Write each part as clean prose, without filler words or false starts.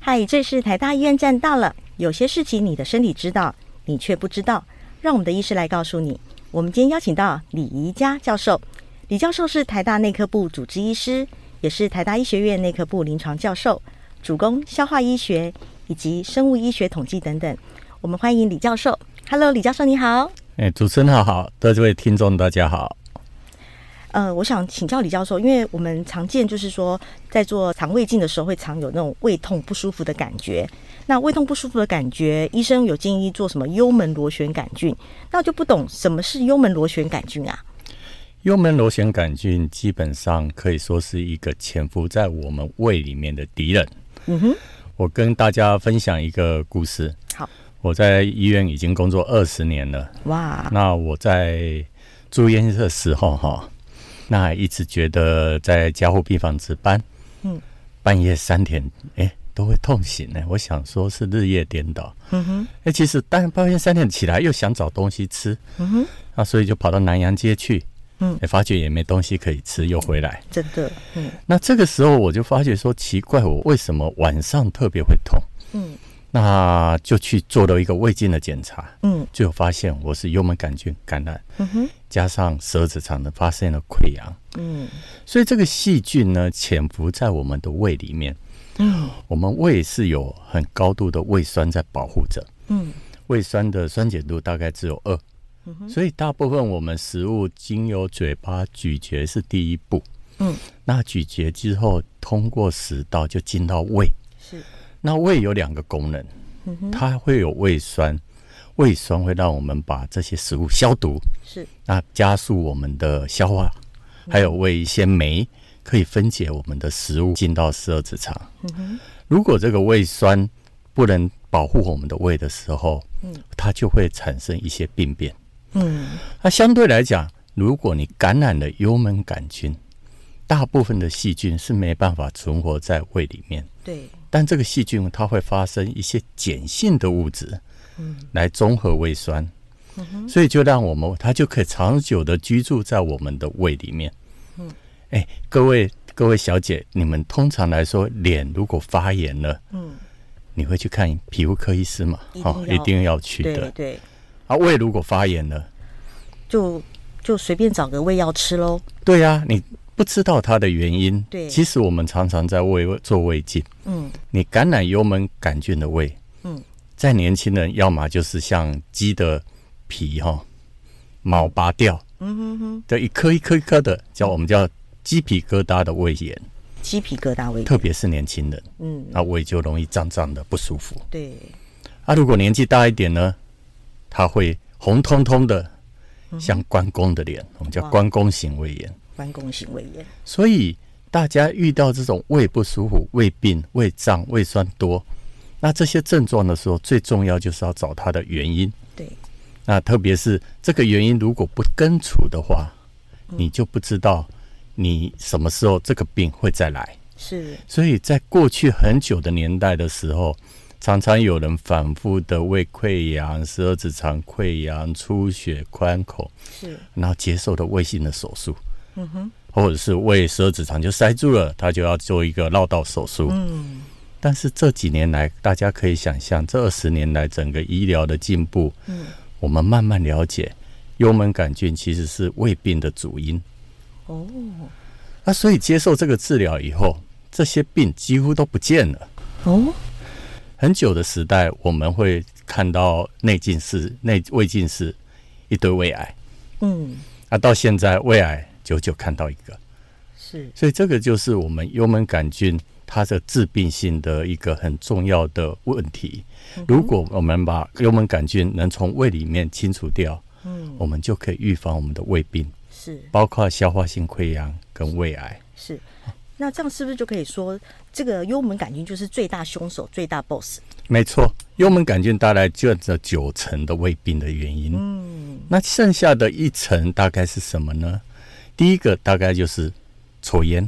嗨，这是台大医院站到了。有些事情你的身体知道，你却不知道，让我们的医师来告诉你。我们今天邀请到李宜嘉教授，李教授是台大内科部主治医师，也是台大医学院内科部临床教授，主攻消化医学以及生物医学统计等等。我们欢迎李教授。Hello， 李教授你好。 主持人好，各位听众大家好。 我想请教李教授，因为我们常见就是说，在做肠胃镜的时候，会常有那种胃痛不舒服的感觉。那胃痛不舒服的感觉，医生有建议做什么幽门螺旋杆菌，那我就不懂什么是幽门螺旋杆菌啊？ 幽门螺旋杆菌基本上可以说是一个潜伏在我们胃里面的敌人。我跟大家分享一个故事。 好， 我在医院已经工作20年了。哇！那我在住院的时候那一直觉得在加护病房值班，半夜3点，都会痛醒呢。我想说是日夜颠倒，其实半夜3点起来又想找东西吃，那所以就跑到南洋街去，发觉也没东西可以吃，又回来， 真的， 那这个时候我就发觉说奇怪，我为什么晚上特别会痛？那就去做了一个胃镜的检查，就有发现我是幽门杆菌感染，加上十二指肠的发现了溃疡，所以这个细菌呢潜伏在我们的胃里面，我们胃是有很高度的胃酸在保护着，胃酸的酸碱度大概只有2，所以大部分我们食物经由嘴巴咀嚼是第一步，那咀嚼之后通过食道就进到胃，是。那胃有2个功能，它会有胃酸，胃酸会让我们把这些食物消毒，是那加速我们的消化，还有胃一些酶可以分解我们的食物进到十二指肠。如果这个胃酸不能保护我们的胃的时候，它就会产生一些病变。那相对来讲，如果你感染了幽门杆菌，大部分的细菌是没办法存活在胃里面，对。但这个细菌它会发生一些碱性的物质，来中和胃酸，所以就让它就可以长久的居住在我们的胃里面。各位小姐，你们通常来说，脸如果发炎了，你会去看皮肤科医师吗？一定要去的。对。胃如果发炎了，就随便找个胃药吃咯。对啊，你不知道它的原因，对，其实我们常常在做胃镜，你感染幽门杆菌的胃，在年轻人要么就是像鸡的皮毛拔掉，的一颗一颗一颗的，我们叫鸡皮疙瘩的胃炎，鸡皮疙瘩胃炎，特别是年轻人，那胃就容易胀胀的不舒服。对，如果年纪大一点呢，它会红彤彤的，像关公的脸，我们叫关公型胃炎。关公型胃炎，所以大家遇到这种胃不舒服、胃病、胃胀、胃酸多，那这些症状的时候，最重要就是要找它的原因。对，那特别是这个原因如果不根除的话，你就不知道你什么时候这个病会再来。是，所以在过去很久的年代的时候，常常有人反复的胃溃疡、十二指肠溃疡、出血、宽口，是，然后接受了胃镜的手术。或者是胃十二指肠就塞住了，他就要做一个绕道手术。但是这几年来，大家可以想象，这20年来整个医疗的进步，我们慢慢了解，幽门杆菌其实是胃病的主因。那所以接受这个治疗以后，这些病几乎都不见了。很久的时代，我们会看到胃镜室一堆胃癌。到现在胃癌久久看到一个，是，所以这个就是我们幽门杆菌它的致病性的一个很重要的问题。如果我们把幽门杆菌能从胃里面清除掉，我们就可以预防我们的胃病，是，包括消化性溃疡跟胃癌。是，那这样是不是就可以说，这个幽门杆菌就是最大凶手、最大 boss？ 没错，幽门杆菌大概就这90%的胃病的原因。那剩下的1成大概是什么呢？第一个大概就是抽烟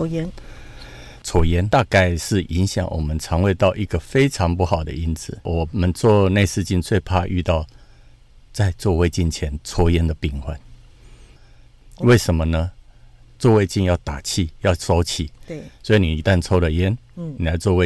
大概是影响我们肠胃道一个非常不好的因子。我们做内视镜最怕遇到在做胃镜前抽烟的病患。为什么呢？做胃镜要打气，要收气，对，所以你一旦抽了烟，你来做胃镜，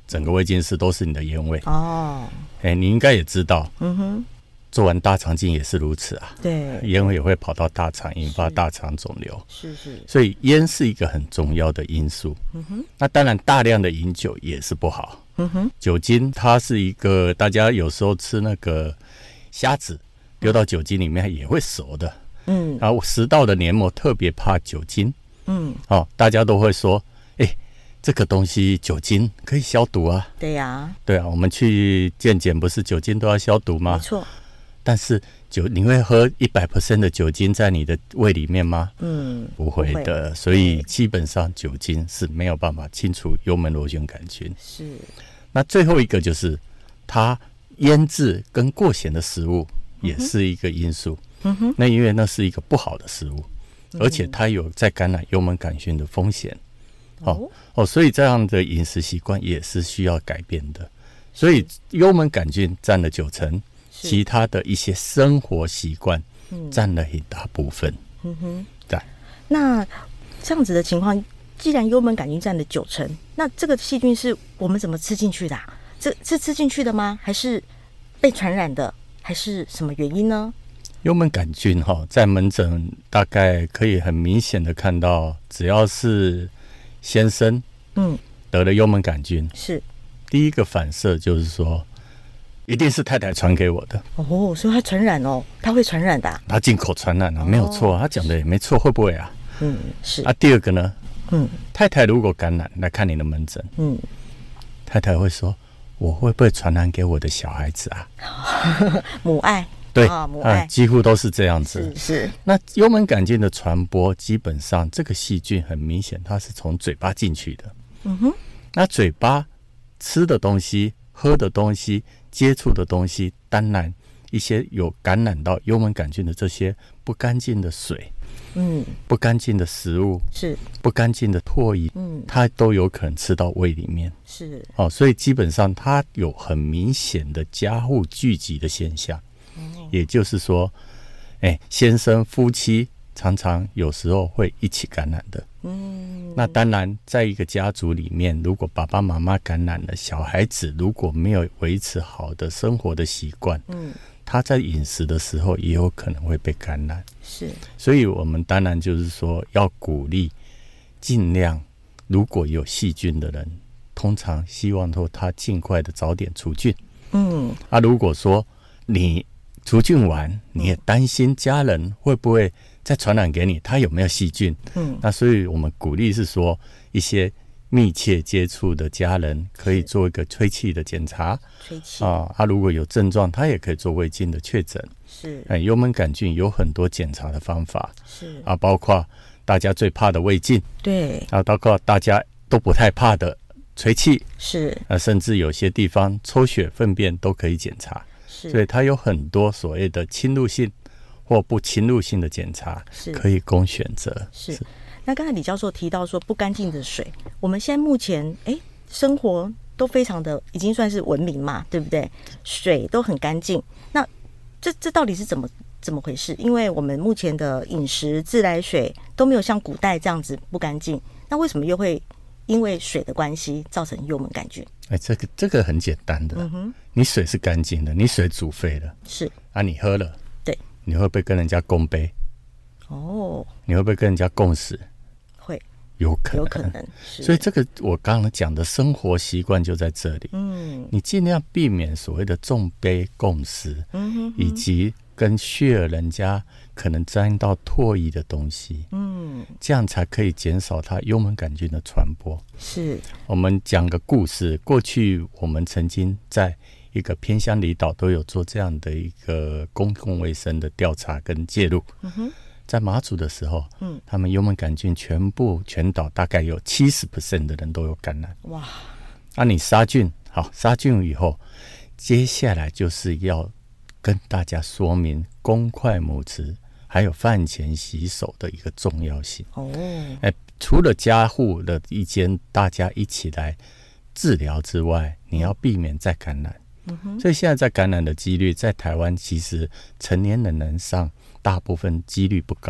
整个胃镜室都是你的烟味哦。 你应该也知道，做完大肠镜也是如此啊。 对， 烟味也会跑到大肠，引发大肠肿瘤。 是。 所以烟是一个很重要的因素。那当然，大量的饮酒也是不好。酒精它是一个，大家有时候吃那个虾子丢到酒精里面也会熟的。然后食道的黏膜特别怕酒精。大家都会说，这个东西酒精可以消毒啊。 对呀， 我们去健检不是酒精都要消毒吗？ 没错。但是你会喝100% 的酒精在你的胃里面吗？不会的。所以基本上酒精是没有办法清除幽门螺旋杆菌。 是。那最后一个就是它腌制跟过咸的食物也是一个因素。那因为那是一个不好的食物，而且它有在感染幽门杆菌的风险。所以这样的饮食习惯也是需要改变的。所以幽门杆菌占了90%，其他的一些生活习惯占了一大部分。对。 那这样子的情况，既然幽门杆菌占了90%，那这个细菌是我们怎么吃进去的？这是吃进去的吗？还是被传染的？还是什么原因呢？ 幽门杆菌在门诊大概可以很明显的看到，只要是先生得了幽门杆菌， 是第一个反射就是说，一定是太太传给我的。 所以他传染他会传染的。 他进口传染没有错，他讲的也没错，会不会啊？ 是。 第二个呢？太太如果感染来看你的门诊，太太会说，我会不会传染给我的小孩子啊？ 母爱。 对，母爱几乎都是这样子。 是。 那幽门杆菌的传播，基本上这个细菌很明显，它是从嘴巴进去的。那嘴巴吃的东西、喝的东西、接触的东西，当然一些有感染到幽门杆菌的这些不干净的水，不干净的食物，是不干净的唾液，它都有可能吃到胃里面。是。所以基本上它有很明显的家户聚集的现象。也就是说，先生夫妻常常有时候会一起感染的。那当然，在一个家族里面，如果爸爸妈妈感染了，小孩子如果没有维持好的生活的习惯，他在饮食的时候也有可能会被感染。是，所以我们当然就是说，要鼓励尽量，如果有细菌的人，通常希望说他尽快的早点除菌。如果说你除菌完，你也担心家人会不会再传染给你，他有没有细菌？那所以我们鼓励是说，一些密切接触的家人可以做一个吹气的检查。吹气如果有症状，他也可以做胃镜的确诊。是，幽门杆菌有很多检查的方法。是包括大家最怕的胃镜，对包括大家都不太怕的吹气，是甚至有些地方抽血、粪便都可以检查。所以它有很多所谓的侵入性或不侵入性的检查可以供选择。是。 那刚才李教授提到说不干净的水，我们现在目前生活都非常的已经算是文明嘛，对不对？水都很干净，那这到底是怎么回事？因为我们目前的饮食自来水都没有像古代这样子不干净，那为什么又会因为水的关系造成幽门杆菌？ 这个很简单的，你水是干净的，你水煮沸了，是你喝了，对，你会不会跟人家共杯？你会不会跟人家共食？会，有可能。所以这个我刚刚讲的生活习惯就在这里。你尽量避免所谓的众杯共食，以及跟share人家可能沾到唾液的东西，这样才可以减少它幽门杆菌的传播。是，我们讲个故事，过去我们曾经在一个偏乡离岛都有做这样的一个公共卫生的调查跟介入。在马祖的时候，他们幽门杆菌全岛大概有70% 的人都有感染。哇！你杀菌以后，接下来就是要跟大家说明公筷母匙还有饭前洗手的一个重要性。除了家户的意见大家一起来治疗之外，你要避免再感染。所以现在在感染的几率在台湾其实成年人上大部分几率不高。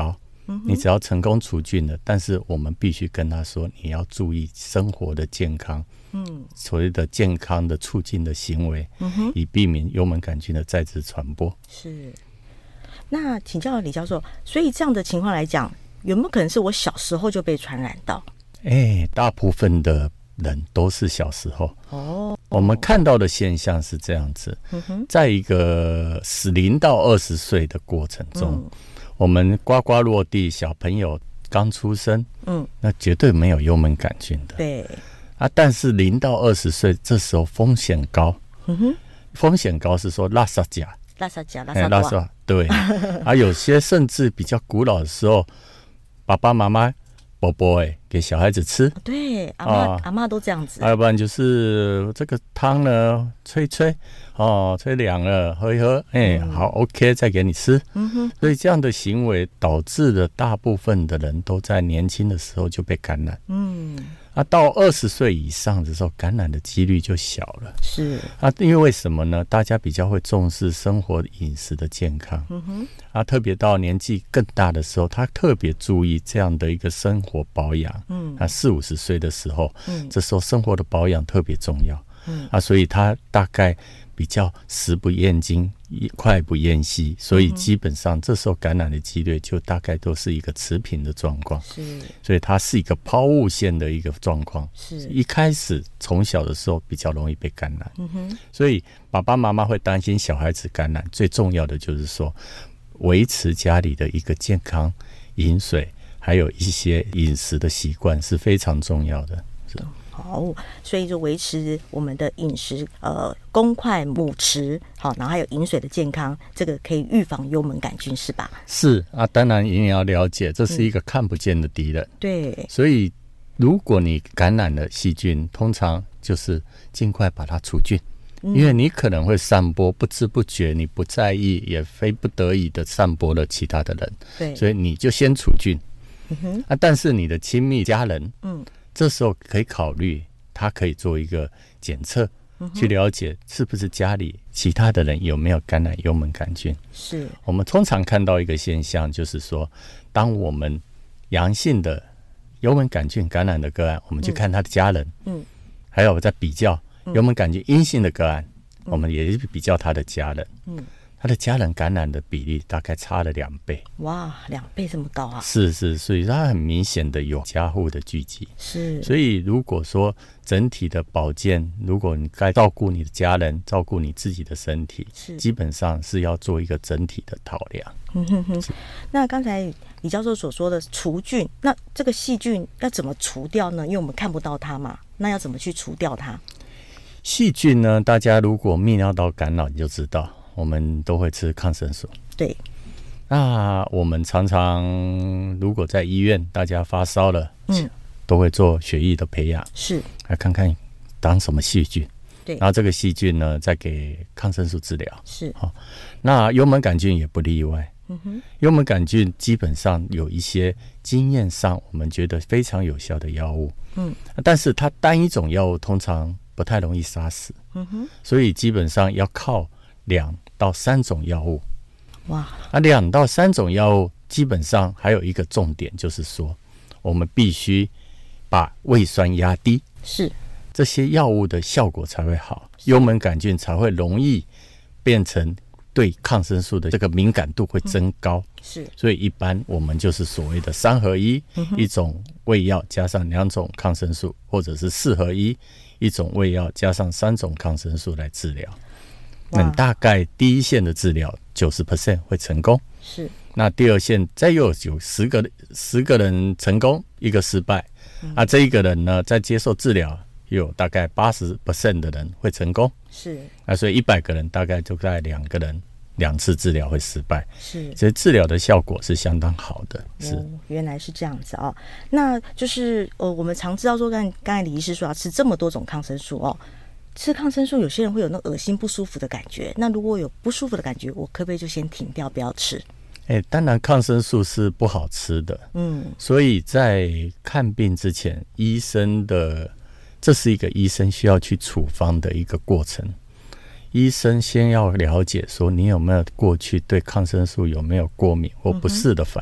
你只要成功除菌了，但是我们必须跟他说，你要注意生活的健康，所谓的健康的促进的行为，以避免幽门杆菌的再次传播。 是。那请教李教授，所以这样的情况来讲，有没有可能是我小时候就被传染到？ 大部分的人都是小时候。我们看到的现象是这样子，在一个0到20岁的过程中，我们呱呱落地，小朋友刚出生，那绝对没有幽门杆菌的。 对。 但是0到20岁这时候风险高，风险高是说拉萨甲。 拉萨对。有些甚至比较古老的时候，爸爸妈妈啵啵给小孩子吃， 对，阿嬷都这样子。 要不然就是这个汤呢，吹凉了，喝一喝，好 OK， 再给你吃。所以这样的行为导致了大部分的人都在年轻的时候就被感染。到20岁以上的时候，感染的几率就小了。 是。 因为什么呢？大家比较会重视生活饮食的健康。特别到年纪更大的时候，他特别注意这样的一个生活保养。40-50岁的时候，这时候生活的保养特别重要。所以他大概比较食不厌精，快不厌细，所以基本上这时候感染的几率就大概都是一个持平的状况。所以它是一个抛物线的一个状况。一开始从小的时候比较容易被感染。所以爸爸妈妈会担心小孩子感染，最重要的就是说维持家里的一个健康饮水，还有一些饮食的习惯是非常重要的。 好，所以就维持我们的饮食，公筷母匙，好，然后还有饮水的健康，这个可以预防幽门杆菌，是吧？ 是当然你也要了解，这是一个看不见的敌人。 对， 所以如果你感染了细菌，通常就是尽快把它除菌，因为你可能会散播，不知不觉你不在意，也非不得已的散播了其他的人。 对， 所以你就先除菌。但是你的亲密家人，这时候可以考虑，他可以做一个检测，去了解是不是家里其他的人有没有感染幽门杆菌。 是。 我们通常看到一个现象，就是说，当我们阳性的幽门杆菌感染的个案，我们去看他的家人，还有在比较幽门杆菌阴性的个案，我们也比较他的家人，他的家人感染的比例大概差了2倍。 哇，2倍这么高啊！ 是，所以它很明显的有家户的聚集。 是， 所以如果说整体的保健，如果你该照顾你的家人，照顾你自己的身体，基本上是要做一个整体的考量。 那刚才李教授所说的除菌，那这个细菌要怎么除掉呢？因为我们看不到它嘛，那要怎么去除掉它？ 细菌呢，大家如果泌尿道感染，你就知道我们都会吃抗生素。 对。 那我们常常如果在医院大家发烧了，都会做血液的培养， 是来看看当什么细菌。 对。 然后这个细菌呢，再给抗生素治疗。 是。 那幽门杆菌也不例外。幽门杆菌基本上有一些经验上我们觉得非常有效的药物。但是它单一种药物通常不太容易杀死。所以基本上要靠2到3种药物。 哇 ，2到3种药物基本上还有一个重点，就是说我们必须把胃酸压低， 是这些药物的效果才会好，幽门杆菌才会容易变成对抗生素的这个敏感度会增高。 是， 所以一般我们就是所谓的3合1，一种胃药加上2种抗生素，或者是4合1，一种胃药加上3种抗生素来治疗。大概第一线的治疗 90% 会成功。 是。 那第二线再有10个人成功，1个失败。这一个人呢，在接受治疗有大概 80% 的人会成功。 是。 所以100个人大概就在2个人2次治疗会失败。 是。 所以治疗的效果是相当好的。是。 原来是这样子哦。那就是我们常知道说，刚才李医师说要吃这么多种抗生素哦。吃抗生素有些人会有那恶心不舒服的感觉，那如果有不舒服的感觉，我可不可以就先停掉不要吃？ 当然抗生素是不好吃的。所以在看病之前，这是一个医生需要去处方的一个过程。医生先要了解说你有没有过去对抗生素有没有过敏或不适的反应。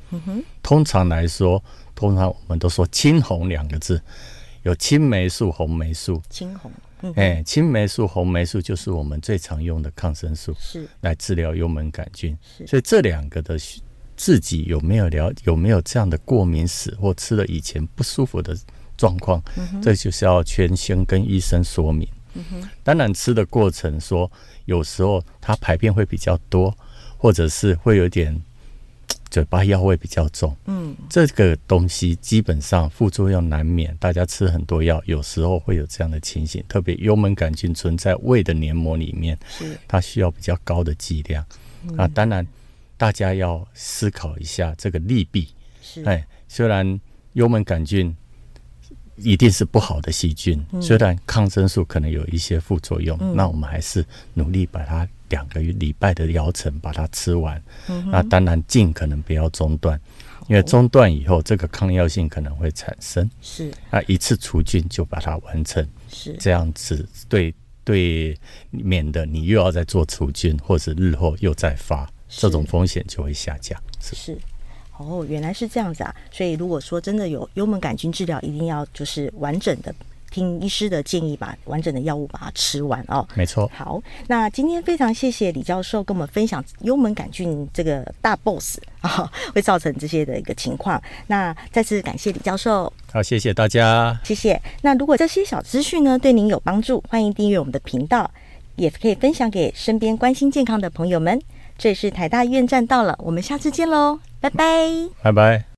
通常来说，通常我们都说青红2个字，有青霉素、红霉素。 青红， 青霉素、红霉素就是我们最常用的抗生素， 是来治疗幽门杆菌。所以这2个的自己有没有这样的过敏史，或吃了以前不舒服的状况，这就是要先跟医生说明。当然吃的过程说，有时候它排便会比较多，或者是会有点嘴巴药味比较重，这个东西基本上副作用难免，大家吃很多药，有时候会有这样的情形。特别幽门杆菌存在胃的黏膜里面，它需要比较高的剂量。那当然大家要思考一下这个利弊。虽然幽门杆菌一定是不好的细菌，虽然抗生素可能有一些副作用，那我们还是努力把它2个礼拜的疗程把它吃完。那当然尽可能不要中断，因为中断以后这个抗药性可能会产生。那一次除菌就把它完成，这样子对免得你又要再做除菌，或者日后又再发，这种风险就会下降。 是原来是这样子啊！所以如果说真的有幽门杆菌治疗，一定要就是完整的听医师的建议，把完整的药物把它吃完哦。 没错。 好，那今天非常谢谢李教授跟我们分享幽门杆菌这个大 boss 会造成这些的一个情况。那再次感谢李教授。 好，谢谢大家。 谢谢。那如果这些小资讯呢对您有帮助，欢迎订阅我们的频道，也可以分享给身边关心健康的朋友们。这里是台大医院站到了，我们下次见喽，拜拜， 拜拜。